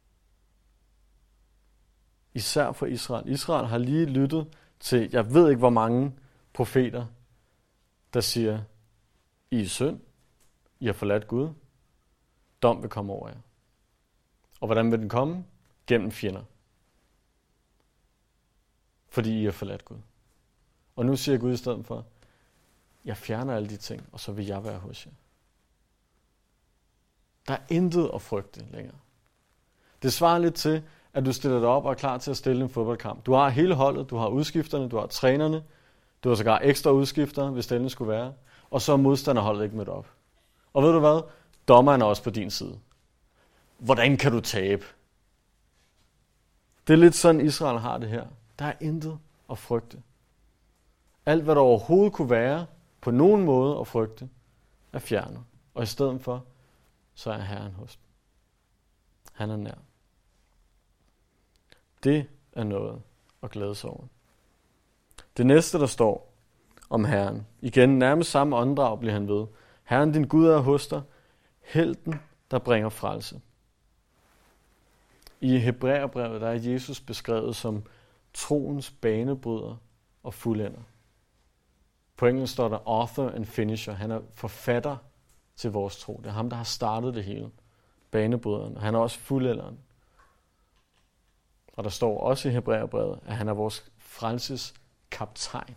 Især for Israel. Israel har lige lyttet til, jeg ved ikke hvor mange profeter, der siger, I er synd, I har forladt Gud, dom vil komme over jer. Og hvordan vil den komme? Gennem fjender. Fordi I har forladt Gud. Og nu siger Gud i stedet for, jeg fjerner alle de ting, og så vil jeg være hos jer. Der er intet at frygte længere. Det svarer lidt til, at du stiller dig op og er klar til at stille en fodboldkamp. Du har hele holdet, du har udskifterne, du har trænerne, du har sågar ekstra udskifter, hvis det skulle være, og så er modstanderholdet ikke mødt op. Og ved du hvad? Dommeren er også på din side. Hvordan kan du tabe? Det er lidt sådan, Israel har det her. Der er intet at frygte. Alt, hvad der overhovedet kunne være, på nogen måde at frygte, er fjernet. Og i stedet for, så er Herren hos dem. Han er nær. Det er noget at glæde sig over. Det næste, der står om Herren, igen nærmest samme åndedrag bliver han ved. Herren, din Gud er hos dig, helten, der bringer frelse. I Hebræerbrevet, der er Jesus beskrevet som troens banebryder og fuldender. På engelsk står der author and finisher. Han er forfatter til vores tro. Det er ham, der har startet det hele. Banebryderen. Han er også fuldenderen. Og der står også i Hebræerbrevet, at han er vores frelses kaptajn.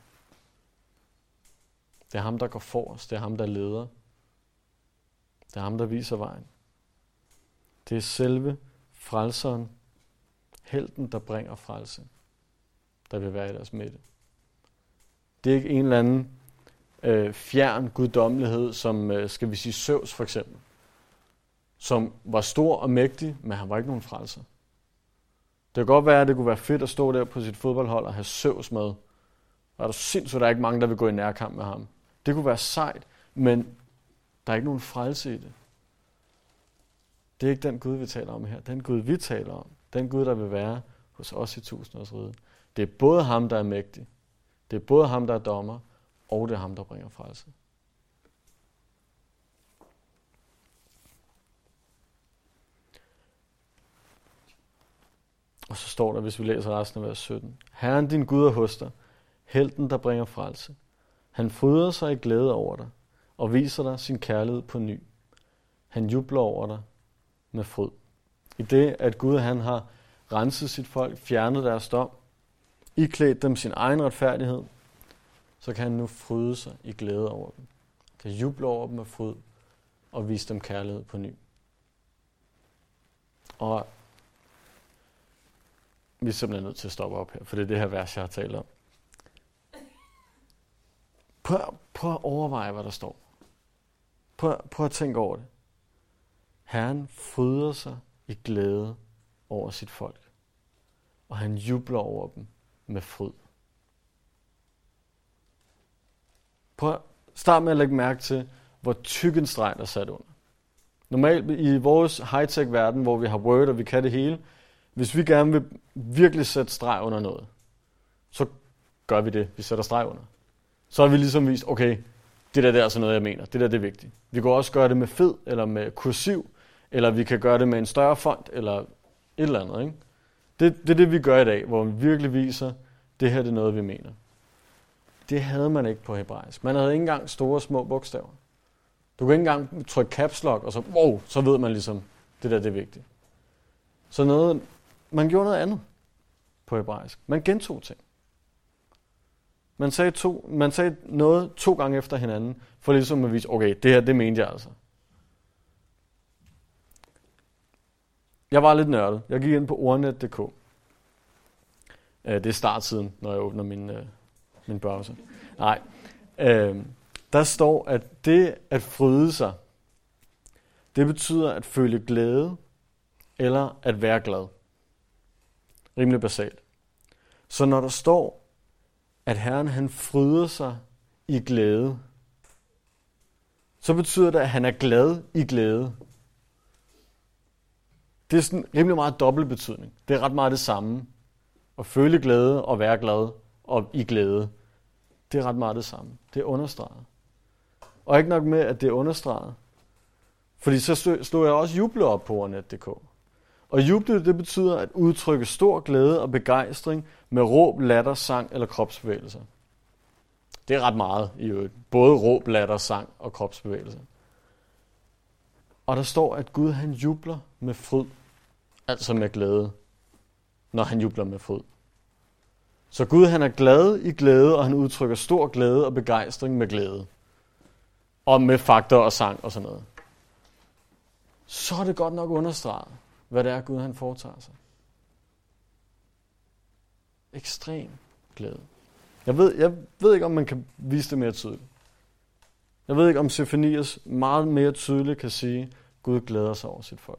Det er ham, der går forrest. Det er ham, der leder. Det er ham, der viser vejen. Det er selve frelseren, helten, der bringer frelse, der vil være i deres midte. Det er ikke en eller anden fjern guddommelighed, som, skal vi sige, Zeus for eksempel, som var stor og mægtig, men han var ikke nogen frelser. Det kan godt være, at det kunne være fedt at stå der på sit fodboldhold og have Zeus med. Og er der sindssygt, der er ikke mange, der vil gå i nærkamp med ham. Det kunne være sejt, men der er ikke nogen frelse i det. Det er ikke den Gud, vi taler om her. Den Gud, vi taler om, den Gud, der vil være hos os i tusindårsriget. Det er både ham, der er mægtig. Det er både ham, der er dommer, og det er ham, der bringer frelse. Og så står der, hvis vi læser resten af vers 17. Herren din Gud er hos dig, helten, der bringer frelse. Han fryder sig i glæde over dig, og viser dig sin kærlighed på ny. Han jubler over dig med fryd. I det, at Gud han har renset sit folk, fjernet deres dom, iklædt dem sin egen retfærdighed, så kan han nu fryde sig i glæde over dem. Kan juble over dem med fryd, og vise dem kærlighed på ny. Og vi er simpelthen nødt til at stoppe op her, for det er det her vers, jeg har talt om. Prøv at overveje, hvad der står. Prøv at tænke over det. Herren fryder sig i glæde over sit folk, og han jubler over dem med fryd. Prøv at starte med at lægge mærke til, hvor tyk en streg der er sat under. Normalt i vores high-tech verden, hvor vi har Word og vi kan det hele, hvis vi gerne vil virkelig sætte streg under noget, så gør vi det. Vi sætter streg under. Så har vi ligesom vist, okay, det der er altså noget, jeg mener. Det der det er vigtigt. Vi kan også gøre det med fed, eller med kursiv, eller vi kan gøre det med en større font, eller et eller andet. Ikke? Det er det, vi gør i dag, hvor vi virkelig viser, det her det er noget, vi mener. Det havde man ikke på hebraisk. Man havde ikke engang store, små bogstaver. Du kan ikke engang trykke caps lock, og så ved man ligesom, det er vigtigt. Så man gjorde noget andet på hebraisk. Man gentog ting. Man sagde noget 2 gange efter hinanden, for ligesom at vise, okay, det her, det mente jeg altså. Jeg var lidt nørdet. Jeg gik ind på ordnet.dk. Det er startsiden, når jeg åbner min browser. Nej. Der står, at det at fryde sig, det betyder at føle glæde eller at være glad. Rimelig basalt. Så når der står, at Herren han fryder sig i glæde, så betyder det, at han er glad i glæde. Det er sådan rimelig meget dobbelt betydning. Det er ret meget det samme. At føle glæde og være glad og i glæde. Det er ret meget det samme. Det er understreget. Og ikke nok med, at det er understreget. Fordi så slog jeg også juble op på ordnet.dk. Og juble, det betyder at udtrykke stor glæde og begejstring med råb, latter, sang eller kropsbevægelser. Det er ret meget i øvrigt. Både råb, latter, sang og kropsbevægelser. Og der står, at Gud han jubler med fryd. Altså med glæde. Når han jubler med fryd. Så Gud han er glad i glæde, og han udtrykker stor glæde og begejstring med glæde. Og med fakter og sang og sådan noget. Så er det godt nok understreget, hvad det er, Gud han foretager sig. Ekstrem glæde. Jeg ved ikke, om man kan vise det mere tydeligt. Jeg ved ikke, om Sefanias meget mere tydeligt kan sige, at Gud glæder sig over sit folk.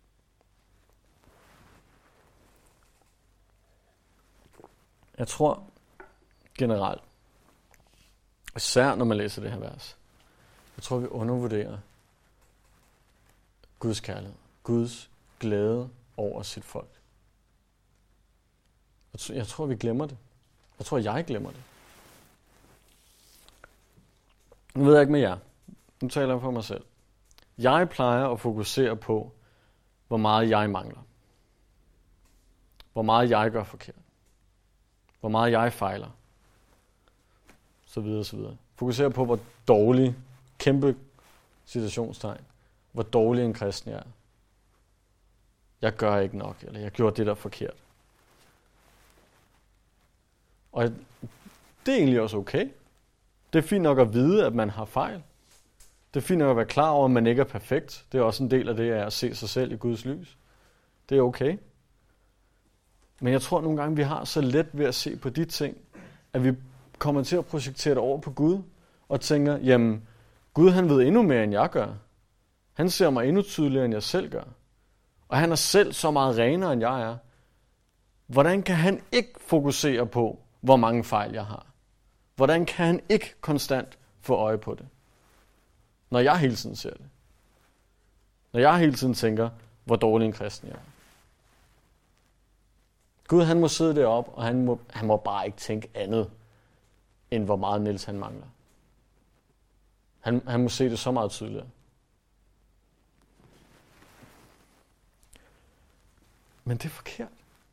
Jeg tror generelt, især når man læser det her vers, jeg tror, vi undervurderer Guds kærlighed, Guds glæde over sit folk. Jeg tror, vi glemmer det. Jeg tror, jeg glemmer det. Nu ved jeg ikke med jer. Nu taler jeg for mig selv. Jeg plejer at fokusere på, hvor meget jeg mangler. Hvor meget jeg gør forkert. Hvor meget jeg fejler. Så videre, så videre. Fokusere på, hvor dårlig, kæmpe citationstegn, hvor dårlig en kristen jeg er. Jeg gør ikke nok, eller jeg gjorde det der forkert. Og det er egentlig også okay. Det er fint nok at vide, at man har fejl. Det er fint nok at være klar over, at man ikke er perfekt. Det er også en del af det, at se sig selv i Guds lys. Det er okay. Men jeg tror nogle gange, vi har så let ved at se på de ting, at vi kommer til at projektere det over på Gud, og tænker, jamen, Gud han ved endnu mere, end jeg gør. Han ser mig endnu tydeligere, end jeg selv gør. Og han er selv så meget renere, end jeg er. Hvordan kan han ikke fokusere på, hvor mange fejl jeg har? Hvordan kan han ikke konstant få øje på det? Når jeg hele tiden ser det. Når jeg hele tiden tænker, hvor dårlig en kristen jeg er. Gud han må sidde deroppe, og han må bare ikke tænke andet, end hvor meget Niels han mangler. Han må se det så meget tydeligere. Men det er forkert.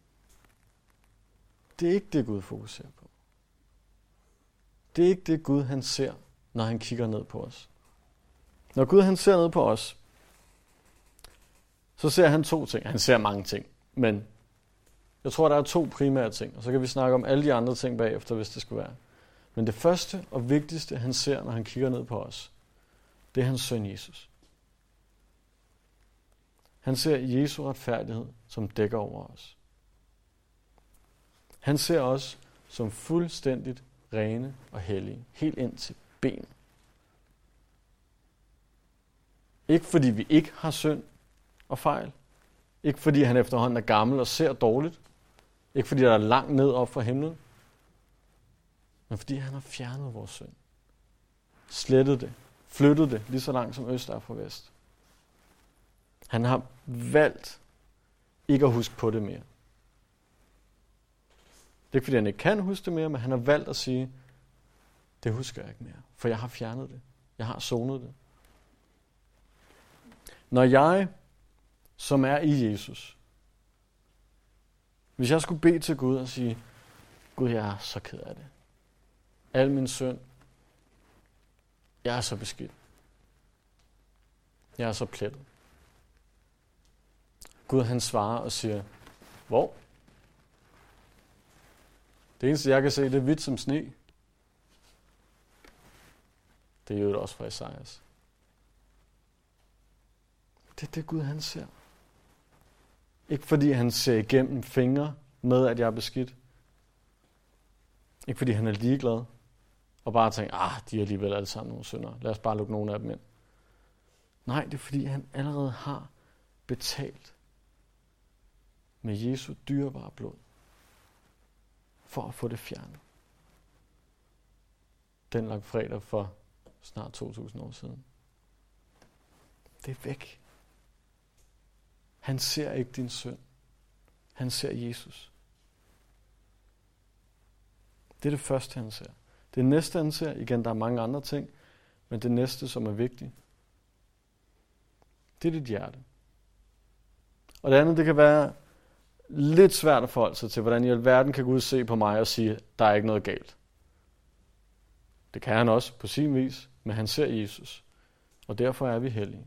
Det er ikke det, Gud fokuserer på. Det er ikke det, Gud han ser, når han kigger ned på os. Når Gud han ser ned på os, så ser han 2 ting. Han ser mange ting, men jeg tror, der er 2 primære ting, og så kan vi snakke om alle de andre ting bagefter, hvis det skulle være. Men det første og vigtigste, han ser, når han kigger ned på os, det er hans søn Jesus. Han ser Jesu retfærdighed, som dækker over os. Han ser os som fuldstændigt rene og hellige, helt ind til ben. Ikke fordi vi ikke har synd og fejl. Ikke fordi han efterhånden er gammel og ser dårligt. Ikke fordi der er langt ned op fra himlen. Men fordi han har fjernet vores synd. Slettet det. Flyttet det lige så langt som øst er fra vest. Han har valgt ikke at huske på det mere. Det er ikke fordi han ikke kan huske det mere, men han har valgt at sige, det husker jeg ikke mere, for jeg har fjernet det. Jeg har sonet det. Når jeg, som er i Jesus, Hvis jeg skulle bede til Gud og sige, Gud, jeg er så ked af det. Al min synd. Jeg er så beskidt. Jeg er så plettet. Gud han svarer og siger, hvor? Det eneste jeg kan se, det er hvidt som sne. Det er jo også fra Esajas. Det er det Gud han ser. Ikke fordi han ser igennem fingre med, at jeg er beskidt. Ikke fordi han er ligeglad. Og bare tænker, de er alligevel alle sammen nogle syndere. Lad os bare lukke nogle af dem ind. Nej, det er fordi han allerede har betalt med Jesu dyrebare blod. For at få det fjernet. Den langfredag for snart 2000 år siden. Det er væk. Han ser ikke din synd. Han ser Jesus. Det er det første, han ser. Det næste, han ser, igen, der er mange andre ting, men det næste, som er vigtigt, det er dit hjerte. Og det andet, det kan være lidt svært at forholde sig til, hvordan i alverden kan Gud se på mig og sige, der er ikke noget galt. Det kan han også på sin vis, men han ser Jesus. Og derfor er vi hellige.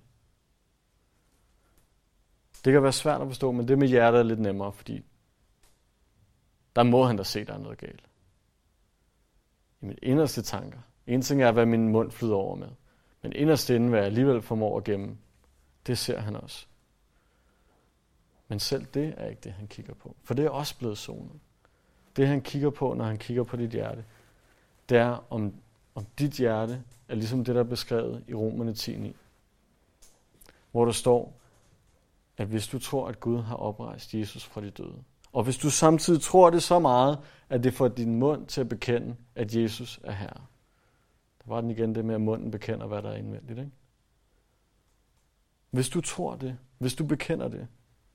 Det kan være svært at forstå, men det med hjertet er lidt nemmere, fordi der må han da se, der er noget galt. I mine inderste tanker. En ting er, hvad min mund flyder over med. Men inderst inde, hvad jeg alligevel formår at gemme, det ser han også. Men selv det er ikke det, han kigger på. For det er også blevet sonet. Det, han kigger på, når han kigger på dit hjerte, det er, om dit hjerte er ligesom det, der er beskrevet i Romerne 10:9. Hvor der står, at hvis du tror, at Gud har oprejst Jesus fra de døde, og hvis du samtidig tror det så meget, at det får din mund til at bekende, at Jesus er Herre. Der var den igen det med, at munden bekender, hvad der er indvendigt, ikke? Hvis du tror det, hvis du bekender det,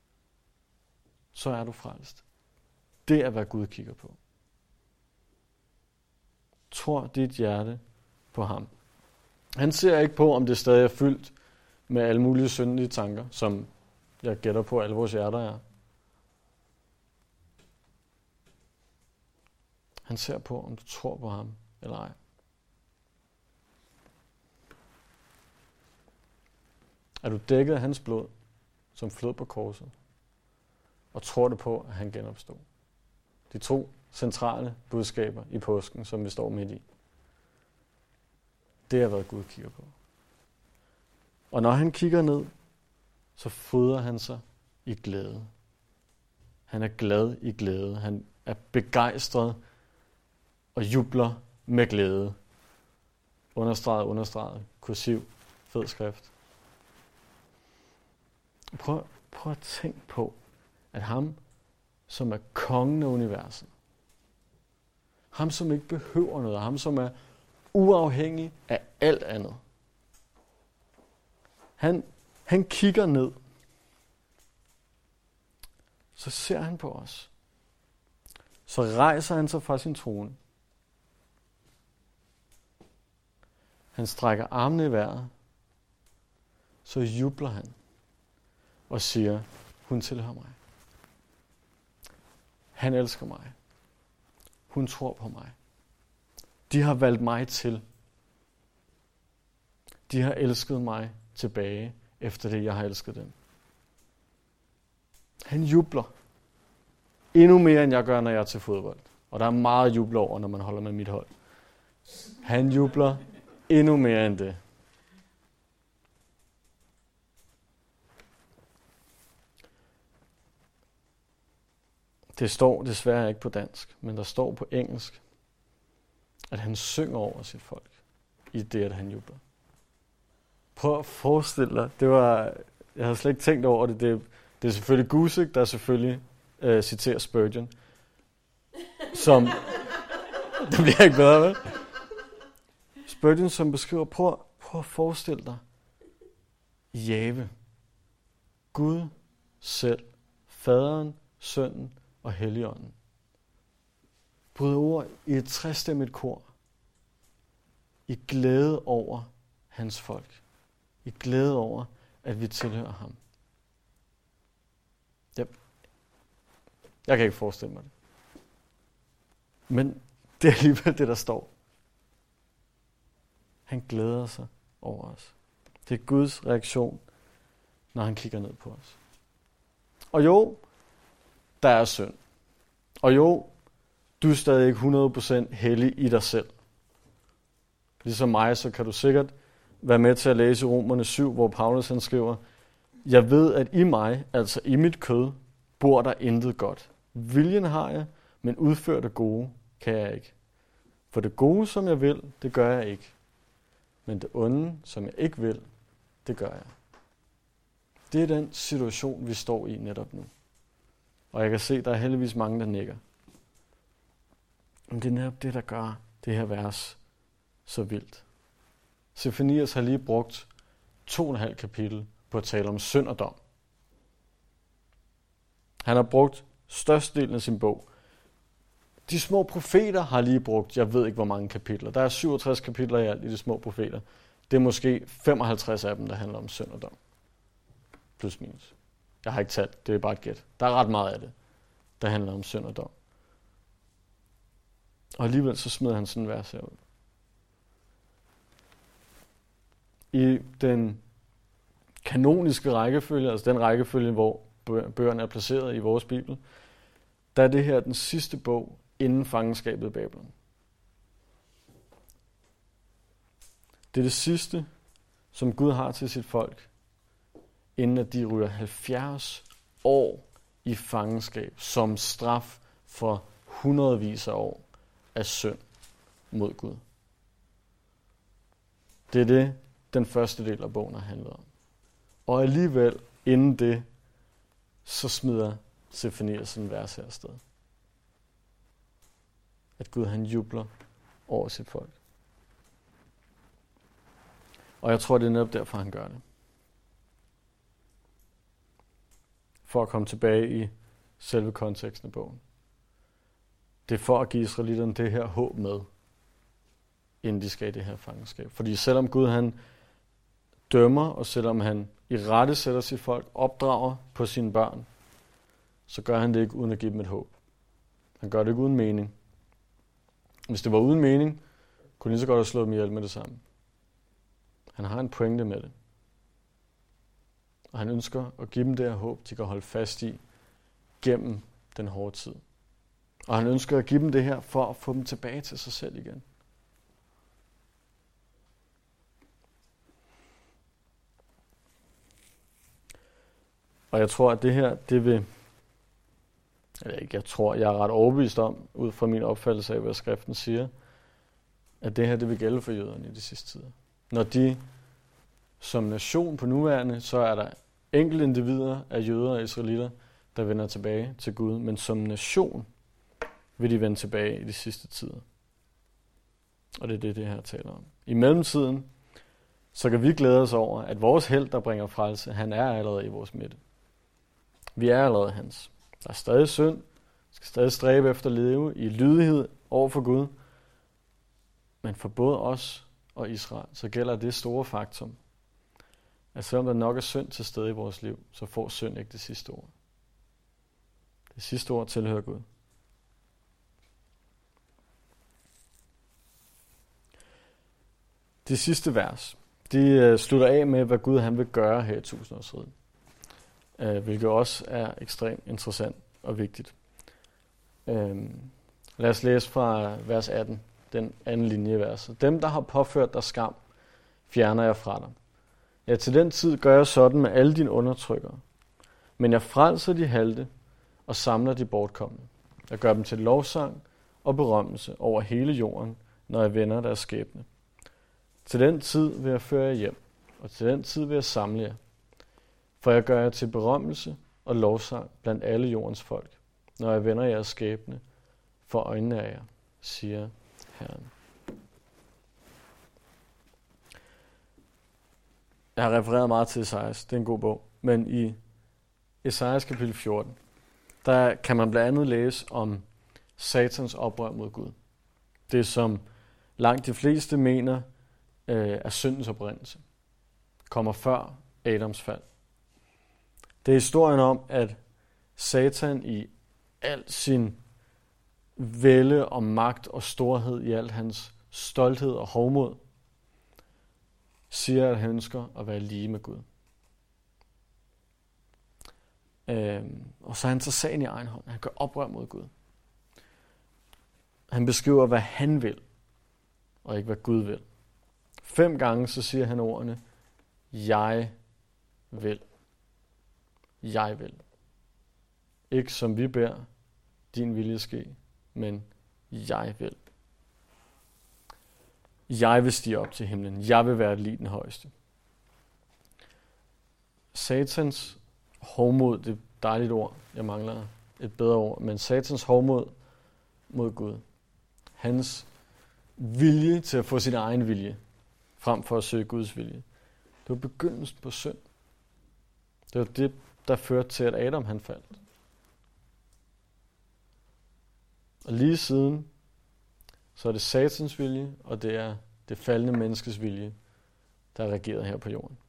så er du frelst. Det er, hvad Gud kigger på. Tror dit hjerte på ham. Han ser ikke på, om det stadig er fyldt med alle mulige syndige tanker, som jeg gætter på, alle vores hjerter er. Han ser på, om du tror på ham eller ej. Er du dækket af hans blod, som flød på korset, og tror du på, at han genopstod? De 2 centrale budskaber i påsken, som vi står midt i. Det er, hvad Gud kigger på. Og når han kigger ned, så fryder han sig i glæde. Han er glad i glæde. Han er begejstret og jubler med glæde. Understreget, kursiv, fed skrift. Prøv at tænke på, at ham, som er kongen af universet, ham, som ikke behøver noget, ham, som er uafhængig af alt andet, han kigger ned, så ser han på os. Så rejser han sig fra sin trone. Han strækker armene i vejret, så jubler han og siger, hun tilhører mig. Han elsker mig. Hun tror på mig. De har valgt mig til. De har elsket mig tilbage, efter det, jeg har elsket dem. Han jubler. Endnu mere, end jeg gør, når jeg er til fodbold. Og der er meget jubel over, når man holder med mit hold. Han jubler endnu mere end det. Det står desværre ikke på dansk, men der står på engelsk, at han synger over sit folk i det, at han jubler. Prøv at forestille dig, jeg havde slet ikke tænkt over det. Det er selvfølgelig Guzik, der selvfølgelig citerer Spurgeon, som, det bliver ikke bedre, vel? Spurgeon, som beskriver, prøv at forestille dig, Jave, Gud selv, Faderen, Sønnen og Helligånden, bryder ord i et trestemmigt kor, i glæde over hans folk, i glæde over, at vi tilhører ham. Jeg kan ikke forestille mig det. Men det er alligevel det, der står. Han glæder sig over os. Det er Guds reaktion, når han kigger ned på os. Og jo, der er synd. Og jo, du er stadig ikke 100% hellig i dig selv. Ligesom mig, så kan du sikkert være med til at læse i Romerne 7, hvor Paulus han skriver, jeg ved, at i mig, altså i mit kød, bor der intet godt. Viljen har jeg, men udføre det gode kan jeg ikke. For det gode, som jeg vil, det gør jeg ikke. Men det onde, som jeg ikke vil, det gør jeg. Det er den situation, vi står i netop nu. Og jeg kan se, at der er heldigvis mange, der nikker. Men det er netop det, der gør det her vers så vildt. Sefanias har lige brugt 2,5 kapitel på at tale om synd og dom. Han har brugt størstedelen af sin bog. De små profeter har lige brugt, jeg ved ikke hvor mange kapitler. Der er 67 kapitler i alt i de små profeter. Det er måske 55 af dem, der handler om synd og dom. Plus minus. Jeg har ikke talt, det er bare et gæt. Der er ret meget af det, der handler om synd og dom. Og alligevel så smider han sådan en vers herud. I den kanoniske rækkefølge, altså den rækkefølge, hvor bøgerne er placeret i vores Bibel, der er det her den sidste bog inden fangenskabet i Babylon. Det er det sidste, som Gud har til sit folk, inden at de ryger 70 år i fangenskab som straf for hundredvis af år af synd mod Gud. Det er det, den første del af bogen har handlet om. Og alligevel, inden det, så smider Sefanias en vers her afsted. At Gud han jubler over sit folk. Og jeg tror, det er netop derfor, han gør det. For at komme tilbage i selve konteksten af bogen. Det er for at give israelitterne det her håb med, inden de skal i det her fangenskab. Fordi selvom Gud han dømmer, og selvom han i rette sætter sit folk, opdrager på sine børn, så gør han det ikke uden at give dem et håb. Han gør det ikke uden mening. Hvis det var uden mening, kunne han lige så godt have slået dem ihjel med det samme. Han har en pointe med det. Og han ønsker at give dem det her håb, de kan holde fast i gennem den hårde tid. Og han ønsker at give dem det her for at få dem tilbage til sig selv igen. Og jeg tror, at det her, det vil... jeg er ret overbevist om, ud fra min opfattelse af, hvad skriften siger, at det her, det vil gælde for jøderne i de sidste tider. Når de som nation på nuværende, så er der enkelte individer af jøder og israelitter, der vender tilbage til Gud, men som nation vil de vende tilbage i de sidste tider. Og det er det her taler om. I mellemtiden, så kan vi glæde os over, at vores held, der bringer frelse, han er allerede i vores midte. Vi er allerede hans. Der er stadig synd. Vi skal stadig stræbe efter at leve i lydighed over for Gud. Men for både os og Israel, så gælder det store faktum, at selvom der nok er synd til stede i vores liv, så får synd ikke det sidste ord. Det sidste ord tilhører Gud. De sidste vers, de slutter af med, hvad Gud han vil gøre her i tusindårsriget. Hvilket også er ekstremt interessant og vigtigt. Lad os læse fra vers 18, den anden linje i verset. Dem, der har påført dig skam, fjerner jeg fra dig. Ja, til den tid gør jeg sådan med alle dine undertrykkere. Men jeg frelser de halte og samler de bortkomne. Jeg gør dem til lovsang og berømmelse over hele jorden, når jeg vender deres skæbne. Til den tid vil jeg føre jer hjem, og til den tid vil jeg samle jer. For jeg gør jer til berømmelse og lovsang blandt alle jordens folk, når jeg vender jeres skæbne for øjnene af jer, siger Herren. Jeg har refereret meget til Esajas, det er en god bog, men i Esajas kapitel 14, der kan man blandt andet læse om Satans oprør mod Gud. Det som langt de fleste mener er syndens oprindelse, kommer før Adams fald. Det er historien om, at Satan i al sin vælde og magt og storhed, i al hans stolthed og hovmod, siger, at han ønsker at være lige med Gud. Og så han tager sagen i egen hånd. Han gør oprør mod Gud. Han beskriver, hvad han vil, og ikke hvad Gud vil. 5 gange så siger han ordene, jeg vil. Jeg vil. Ikke som vi beder, din vilje ske, men jeg vil. Jeg vil stige op til himlen. Jeg vil være lige den højeste. Satans hovmod, det er et dejligt ord. Jeg mangler et bedre ord. Men satans hovmod mod Gud. Hans vilje til at få sin egen vilje, frem for at søge Guds vilje. Det var begyndelsen på synd. Det var det, der førte til, at Adam han faldt. Og lige siden, så er det satans vilje, og det er det faldende menneskes vilje, der er regeret her på jorden.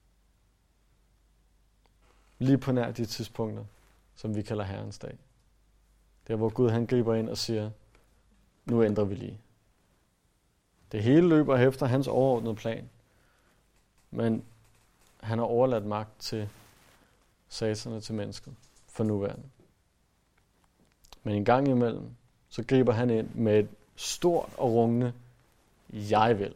Lige på nær de tidspunkter, som vi kalder Herrens dag. Der hvor Gud han griber ind og siger, nu ændrer vi lige. Det hele løber efter hans overordnede plan. Men han har overladt magt til saterne, til mennesket, for nuværende. Men en gang imellem, så griber han ind med et stort og rungende, jeg vil.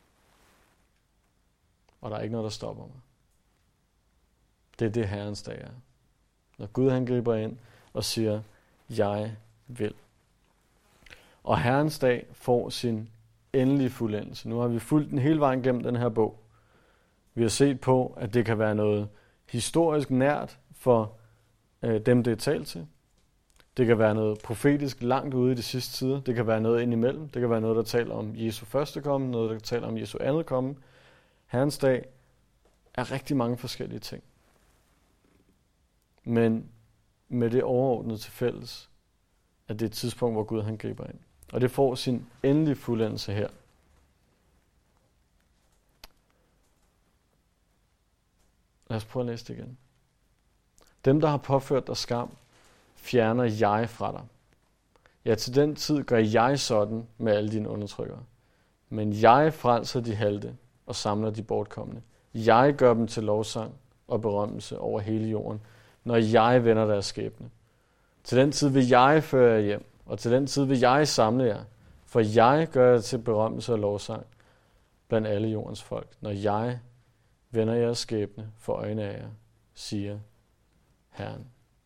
Og der er ikke noget, der stopper mig. Det er det Herrens dag er. Når Gud han griber ind og siger, jeg vil. Og Herrens dag får sin endelige fuldendelse. Nu har vi fulgt den hele vejen gennem den her bog. Vi har set på, at det kan være noget historisk nært for dem, det er talt til. Det kan være noget profetisk langt ude i de sidste tider. Det kan være noget indimellem. Det kan være noget, der taler om Jesu første komme, noget, der taler om Jesu andet komme. Herrens dag er rigtig mange forskellige ting. Men med det overordnede til fælles, at det er et tidspunkt, hvor Gud han griber ind. Og det får sin endelige fuldendelse her. Lad os prøve at læse det igen. Dem, der har påført dig skam, fjerner jeg fra dig. Ja, til den tid gør jeg sådan med alle dine undertrykkere. Men jeg frelser de halte og samler de bortkomne. Jeg gør dem til lovsang og berømmelse over hele jorden, når jeg vender deres skæbne. Til den tid vil jeg føre jer hjem, og til den tid vil jeg samle jer, for jeg gør jer til berømmelse og lovsang blandt alle jordens folk, når jeg vender jeres skæbne for øjne af jer, siger Herren.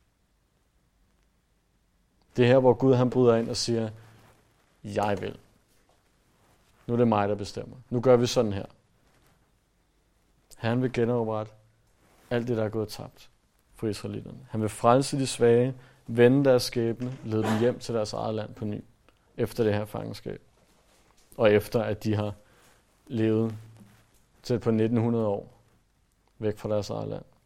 Det er her, hvor Gud han bryder ind og siger, jeg vil. Nu er det mig, der bestemmer. Nu gør vi sådan her. Herren vil genoprette alt det, der er gået tabt for israelitterne. Han vil frelse de svage, vende deres skæbne, lede dem hjem til deres eget land på ny, efter det her fangenskab. Og efter, at de har levet tæt på 1900 år væk fra deres eget land.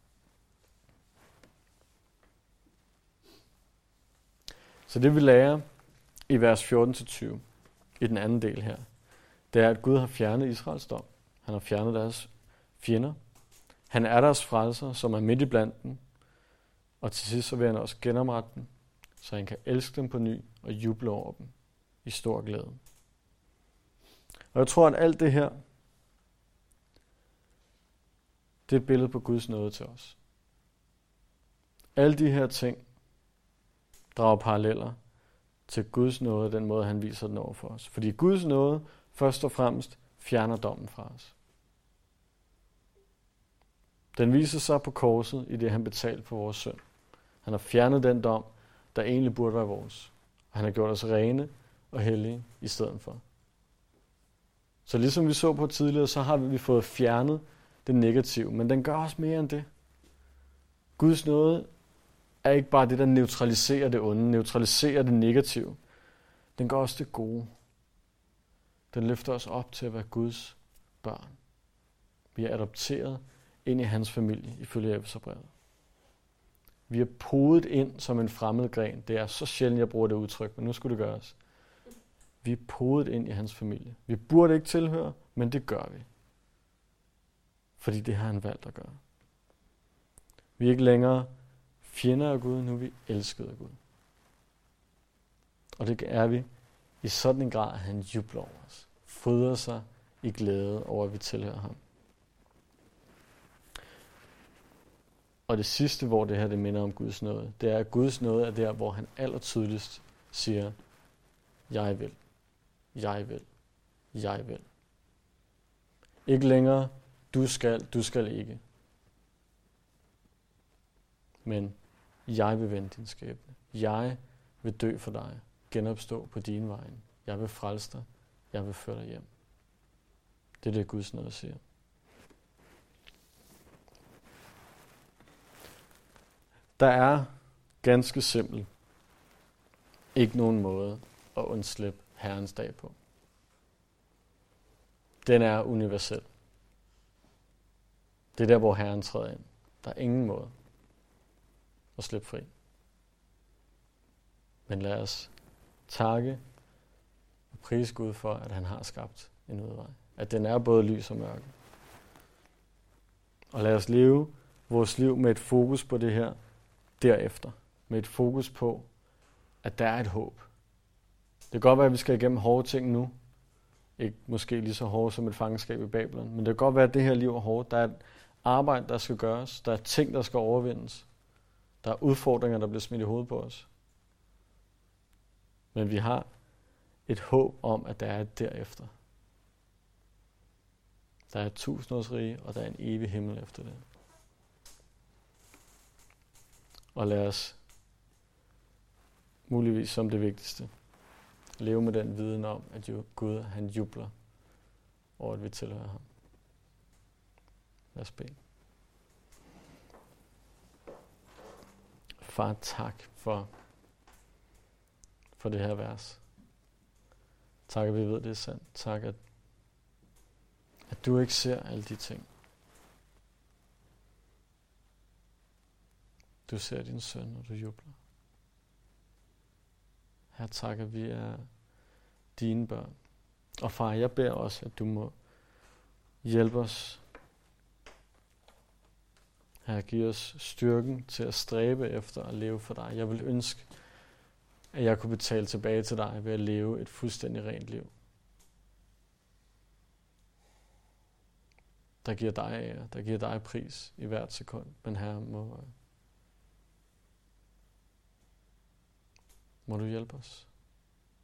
Så det vi lærer i vers 14-20, i den anden del her, det er, at Gud har fjernet Israels dom. Han har fjernet deres fjender. Han er deres frelser, som er midt i blandt dem. Og til sidst så vil han også genoprette dem, så han kan elske dem på ny og juble over dem i stor glæde. Og jeg tror, at alt det her, det er et billede på Guds nåde til os. Alle de her ting drager paralleller til Guds nåde, den måde, han viser den over for os. Fordi Guds nåde først og fremmest fjerner dommen fra os. Den viser sig på korset, i det han betalte for vores synd. Han har fjernet den dom, der egentlig burde være vores. Og han har gjort os rene og hellige i stedet for. Så ligesom vi så på tidligere, så har vi fået fjernet det negative, men den gør også mere end det. Guds nåde er ikke bare det, der neutraliserer det onde, neutraliserer det negative. Den gør også det gode. Den løfter os op til at være Guds børn. Vi er adopteret ind i hans familie, ifølge Efeserbrevet. Vi er podet ind som en fremmed gren. Det er så sjældent, jeg bruger det udtryk, men nu skulle det gøres. Vi er podet ind i hans familie. Vi burde ikke tilhøre, men det gør vi. Fordi det har han valgt at gøre. Vi er ikke længere fjender af Gud, nu er vi elskede af Gud. Og det er vi i sådan en grad, at han jubler over os. Fryder sig i glæde over, at vi tilhører ham. Og det sidste, hvor det her det minder om Guds nåde, det er, at Guds nåde er der, hvor han allertydeligst siger, jeg vil, jeg vil, jeg vil. Ikke længere, du skal ikke. Men jeg vil vende din skæbne. Jeg vil dø for dig, genopstå på din vegne. Jeg vil frelse dig, jeg vil føre dig hjem. Det er det, Guds nåde siger. Der er ganske simpelt ikke nogen måde at undslippe Herrens dag på. Den er universel. Det er der, hvor Herren træder ind. Der er ingen måde at slippe fri. Men lad os takke og prise Gud for, at han har skabt en udvej. At den er både lys og mørke. Og lad os leve vores liv med et fokus på det her derefter. Med et fokus på, at der er et håb. Det kan godt være, at vi skal igennem hårde ting nu. Ikke måske lige så hårde som et fangenskab i Babylon. Men det kan godt være, at det her liv er hårdt. Der er et arbejde, der skal gøres. Der er ting, der skal overvindes. Der er udfordringer, der bliver smidt i hovedet på os. Men vi har et håb om, at der er et derefter. Der er et 1000-årsrige, og der er en evig himmel efter det. Og lad os muligvis som det vigtigste leve med den viden om, at Gud han jubler over, at vi tilhører ham. Lad os bede. Far, tak for det her vers. Tak, at vi ved, det er sandt. Tak, at du ikke ser alle de ting. Du ser din søn, og du jubler. Her tak, at vi er dine børn. Og far, jeg beder også, at du må hjælpe os. Her giv os styrken til at stræbe efter at leve for dig. Jeg vil ønske, at jeg kunne betale tilbage til dig ved at leve et fuldstændig rent liv. Der giver dig ære, der giver dig pris i hvert sekund. Men her må du hjælpe os.